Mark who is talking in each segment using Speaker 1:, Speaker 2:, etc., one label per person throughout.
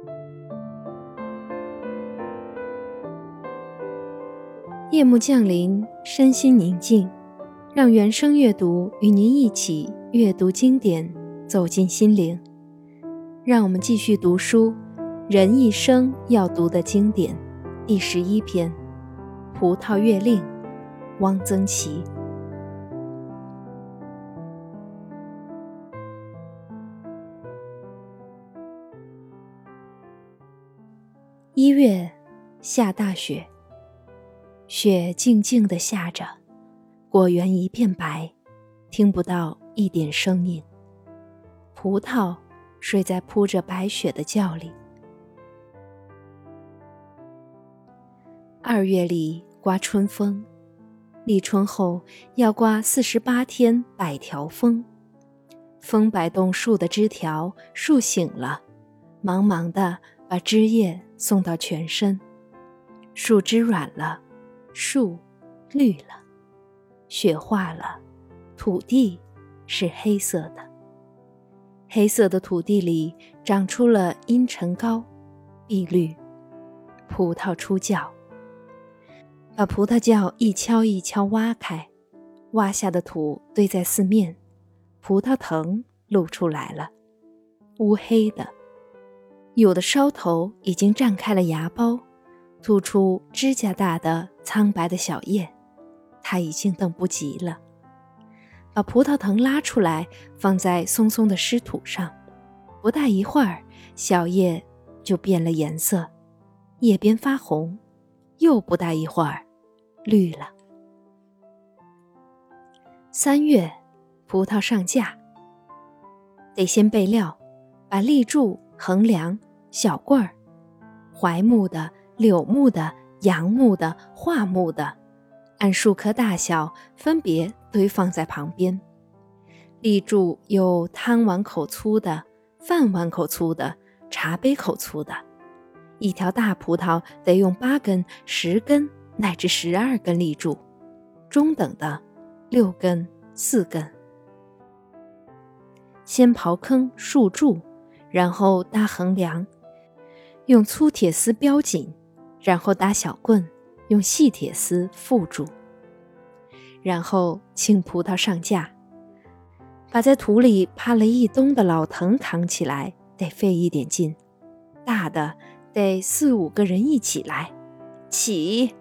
Speaker 1: 夜幕降临，身心宁静，让原声阅读与您一起阅读经典，走进心灵。让我们继续读书，人一生要读的经典，第11篇《葡萄月令》，汪曾祺。1月，下大雪，雪静静地下着，果园一片白，听不到一点声音。葡萄睡在铺着白雪的窖里。2月里刮春风，立春后要刮48天100条风。风摆动树的枝条，树醒了，茫茫地把枝叶送到全身。树枝软了，树绿了，雪化了，土地是黑色的。黑色的土地里长出了茵陈膏、碧绿。葡萄出窖，把葡萄窖一锹一锹挖开，挖下的土堆在四面，葡萄藤露出来了，乌黑的，有的梢头已经绽开了芽苞，吐出指甲大的苍白的小叶，它已经等不及了。把葡萄藤拉出来，放在松松的湿土上，不大一会儿，小叶就变了颜色，叶边发红，又不大一会儿，绿了。3月，葡萄上架，得先备料，把立柱、横梁、小棍儿，槐木的、柳木的、杨木的、桦木的，按树棵大小分别堆放在旁边。立柱有汤碗口粗的、饭碗口粗的、茶杯口粗的。一条大葡萄得用8根、10根乃至12根立柱，中等的6根、4根。先刨坑竖柱，然后搭横梁，用粗铁丝标紧，然后搭小棍，用细铁丝缚住，然后请葡萄上架，把在土里趴了1冬的老藤扛起来，得费一点劲，大的得4、5个人一起来，起，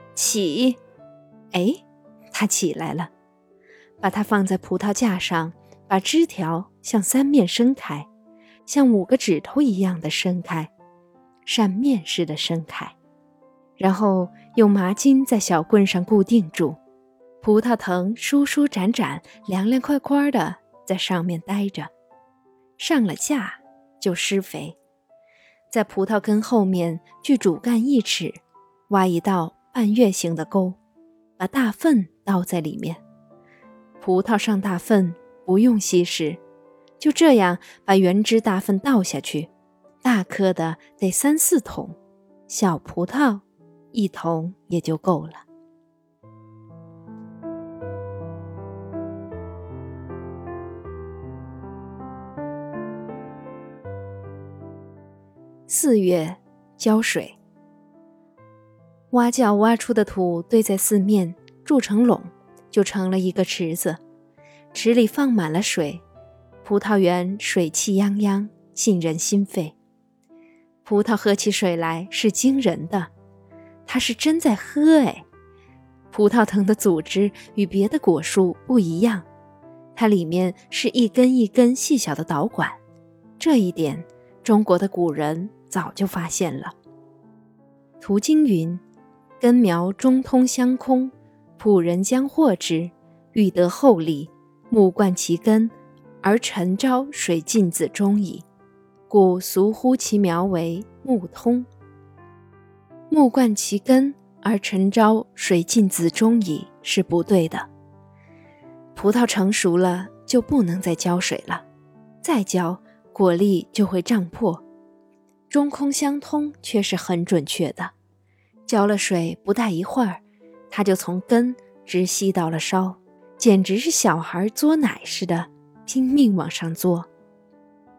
Speaker 1: 哎，它起来了，把它放在葡萄架上，把枝条向3面伸开，像5个指头一样的伸开，扇面似的伸开，然后用麻筋在小棍上固定住，葡萄藤舒舒展展、凉凉快快的在上面待着。上了架就施肥，在葡萄根后面距主干1尺，挖一道半月形的沟，把大粪倒在里面。葡萄上大粪不用稀释，就这样把原汁大粪倒下去，大颗的得3、4桶，小葡萄1桶也就够了。4月，浇水。挖窖挖出的土堆在四面，筑成垄，就成了一个池子。池里放满了水，葡萄园水气泱泱，沁人心肺。葡萄喝起水来是惊人的，它是真在喝哎。葡萄藤的组织与别的果树不一样，它里面是一根一根细小的导管，这一点中国的古人早就发现了。途经云：根苗中通相空，仆人将获之，欲得厚利，木贯其根，而晨朝水尽子中矣。故俗呼其苗为木通。木贯其根而晨朝水尽子中矣是不对的。葡萄成熟了就不能再浇水了，再浇果粒就会胀破。中空相通却是很准确的，浇了水不大一会儿，它就从根直吸到了梢，简直是小孩嘬奶似的，拼命往上嘬。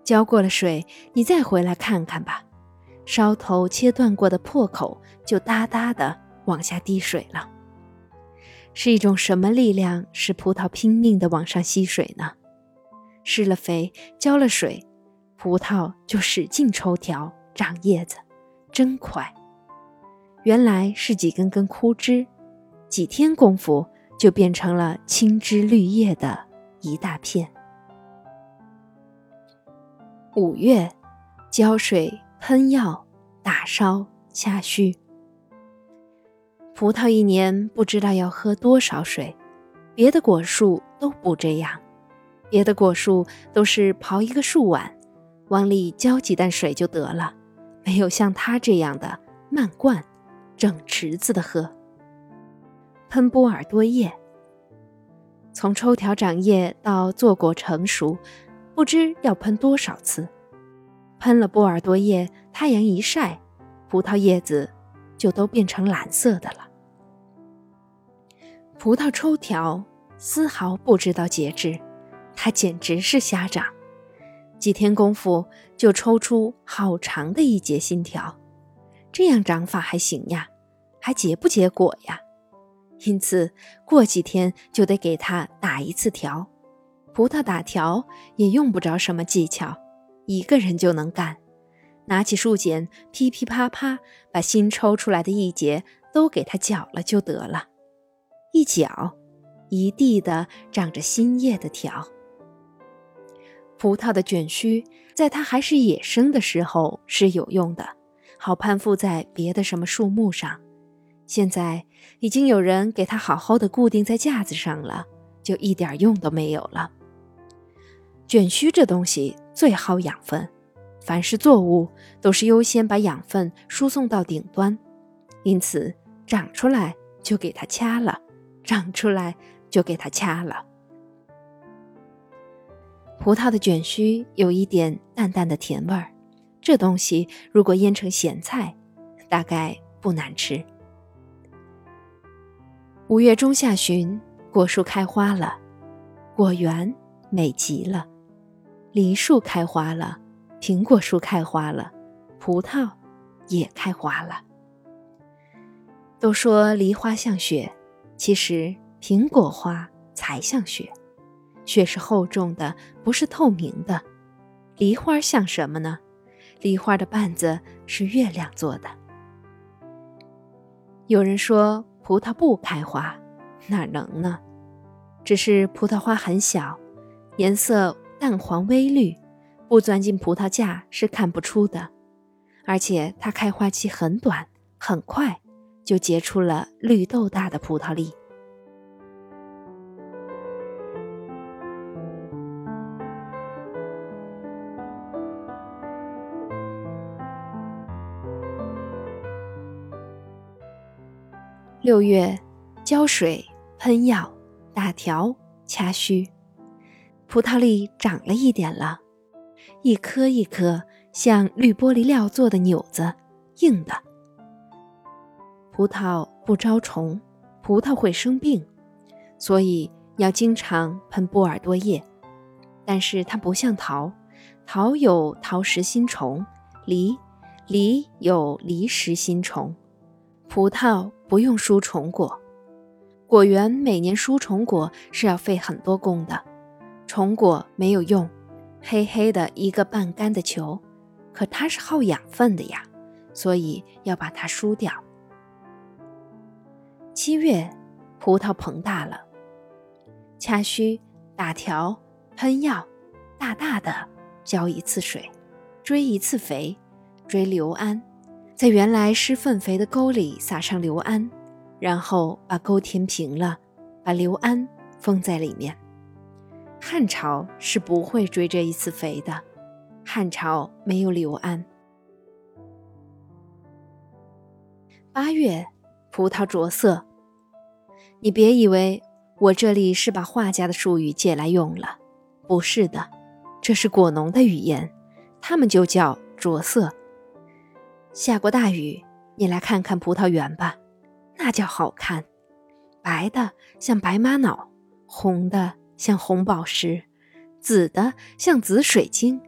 Speaker 1: 浇过了水，你再回来看看吧，梢头切断过的破口就哒哒地往下滴水了。是一种什么力量使葡萄拼命地往上吸水呢？施了肥，浇了水，葡萄就使劲抽条，长叶子，真快。原来是几根根枯枝，几天功夫就变成了青枝绿叶的一大片。5月，浇水、喷药、打烧、掐须。葡萄一年不知道要喝多少水，别的果树都不这样。别的果树都是刨一个树碗，往里浇几担水就得了，没有像它这样的慢灌，整池子的喝。喷波尔多叶，从抽条长叶到坐果成熟，不知要喷多少次。喷了波尔多叶，太阳一晒，葡萄叶子就都变成蓝色的了。葡萄抽条丝毫不知道节制，它简直是瞎长，几天功夫就抽出好长的一节新条，这样长法还行呀，还结不结果呀？因此过几天就得给它打一次条。葡萄打条也用不着什么技巧，一个人就能干，拿起树剪，噼噼啪啪把新抽出来的一节都给它绞了就得了。一绞，一地的长着新叶的条。葡萄的卷须在它还是野生的时候是有用的，好攀附在别的什么树木上。现在已经有人给它好好的固定在架子上了，就一点用都没有了。卷须这东西最好养分，凡是作物都是优先把养分输送到顶端，因此长出来就给它掐了，长出来就给它掐了。葡萄的卷须有一点淡淡的甜味儿，这东西如果腌成咸菜，大概不难吃。5月中下旬，果树开花了，果园美极了，梨树开花了，苹果树开花了，葡萄也开花了。都说梨花像雪，其实苹果花才像雪。雪是厚重的，不是透明的。梨花像什么呢？梨花的瓣子是月亮做的。有人说葡萄不开花，哪能呢？只是葡萄花很小，颜色淡黄微绿，不钻进葡萄架是看不出的。而且它开花期很短，很快就结出了绿豆大的葡萄粒。6月，浇水、喷药、打条、掐须。葡萄粒长了一点了，一颗一颗像绿玻璃料做的钮子，硬的。葡萄不招虫，葡萄会生病，所以要经常喷波尔多叶。但是它不像桃，桃有桃实心虫，梨有梨实心虫。葡萄不用输虫果，果园每年输虫果是要费很多功的。虫果没有用，黑黑的一个半干的球，可它是耗养分的呀，所以要把它输掉。7月，葡萄膨大了，掐须、打条、喷药，大大的浇一次水，追一次肥，追硫胺，在原来施粪肥的沟里撒上硫胺，然后把沟填平了，把硫胺封在里面。汉朝是不会追这一次肥的，汉朝没有硫胺。8月，葡萄着色。你别以为我这里是把画家的术语借来用了，不是的，这是果农的语言，他们就叫着色。下过大雨，你来看看葡萄园吧，那叫好看，白的像白玛瑙，红的像红宝石，紫的像紫水晶，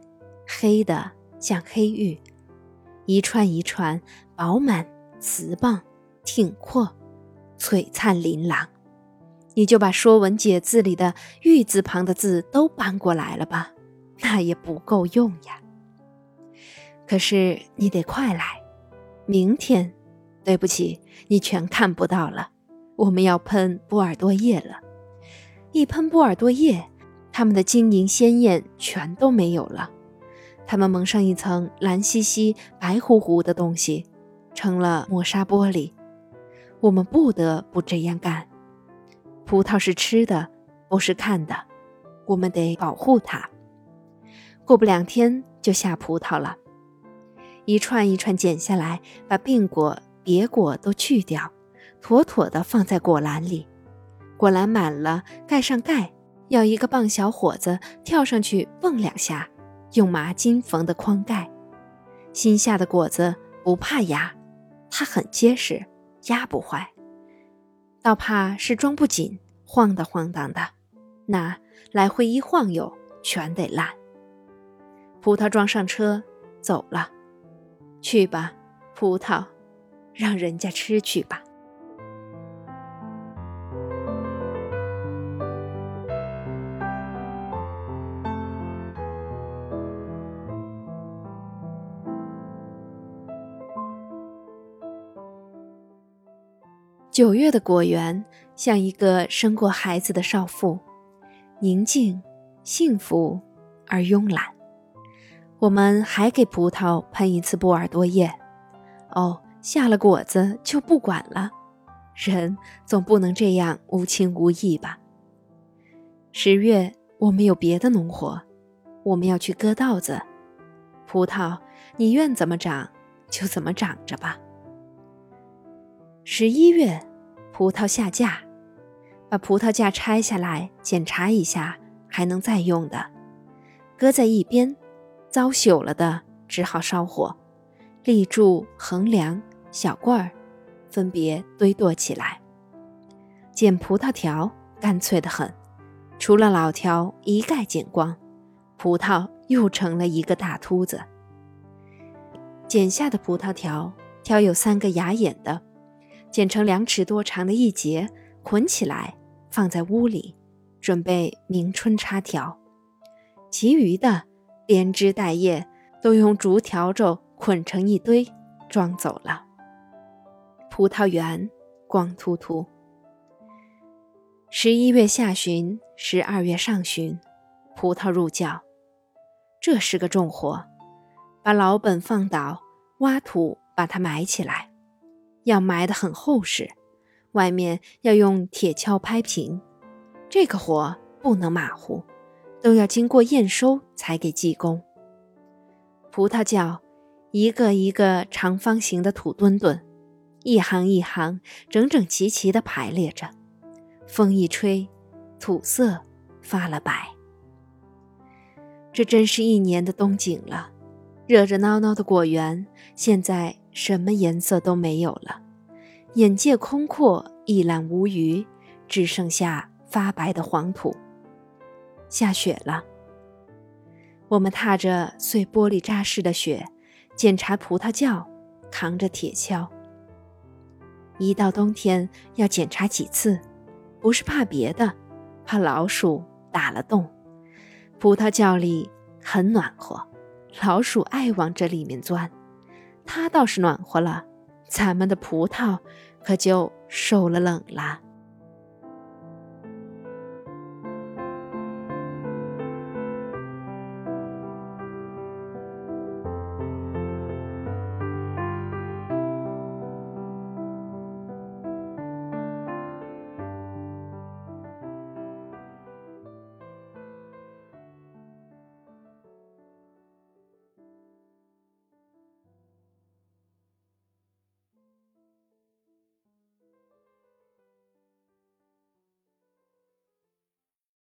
Speaker 1: 黑的像黑玉，一串一串饱满瓷棒，挺阔璀璨琳琅。你就把《说文解字》里的玉字旁的字都搬过来了吧，那也不够用呀。可是你得快来，明天，对不起，你全看不到了，我们要喷波尔多液了。一喷波尔多液，它们的晶莹鲜艳全都没有了，它们蒙上一层蓝兮兮白乎乎的东西，成了磨砂玻璃。我们不得不这样干。葡萄是吃的，不是看的，我们得保护它。过不2天就下葡萄了，一串一串剪下来，把病果别果都去掉，妥妥地放在果篮里。果篮满了，盖上盖，要一个棒小伙子跳上去蹦2下，用麻筋缝的框盖。新下的果子不怕压，它很结实，压不坏，倒怕是装不紧，晃荡晃荡的，那来回一晃悠，全得烂。葡萄装上车，走了。去吧，葡萄，让人家吃去吧。9月的果园像一个生过孩子的少妇，宁静、幸福而慵懒。我们还给葡萄喷一次波尔多液。哦，下了果子就不管了，人总不能这样无情无义吧。10月我们有别的农活，我们要去割稻子。葡萄，你愿怎么长就怎么长着吧。11月葡萄下架，把葡萄架拆下来检查一下，还能再用的，搁在一边，糟朽了的只好烧火，立柱、横梁、小罐儿分别堆垛起来。剪葡萄条干脆得很，除了老条一概剪光，葡萄又成了一个大秃子。剪下的葡萄条挑有3个牙眼的，剪成2尺多长的一节，捆起来放在屋里，准备明春插条。其余的连枝带叶都用竹条帚捆成一堆，装走了。葡萄园光秃秃。11月下旬，12月上旬，葡萄入窖。这是个重活，把老本放倒，挖土把它埋起来，要埋得很厚实，外面要用铁锹拍平。这个活不能马虎，都要经过验收才给技工。葡萄窖一个一个长方形的土墩墩，一行一行整整齐齐地排列着，风一吹，土色发了白。这真是1年的冬景了，热热闹闹的果园现在什么颜色都没有了，眼界空阔，一览无余，只剩下发白的黄土。下雪了，我们踏着碎玻璃扎实的雪，检查葡萄窖，扛着铁锹。一到冬天要检查几次，不是怕别的，怕老鼠打了洞。葡萄窖里很暖和，老鼠爱往这里面钻，它倒是暖和了，咱们的葡萄可就受了冷了。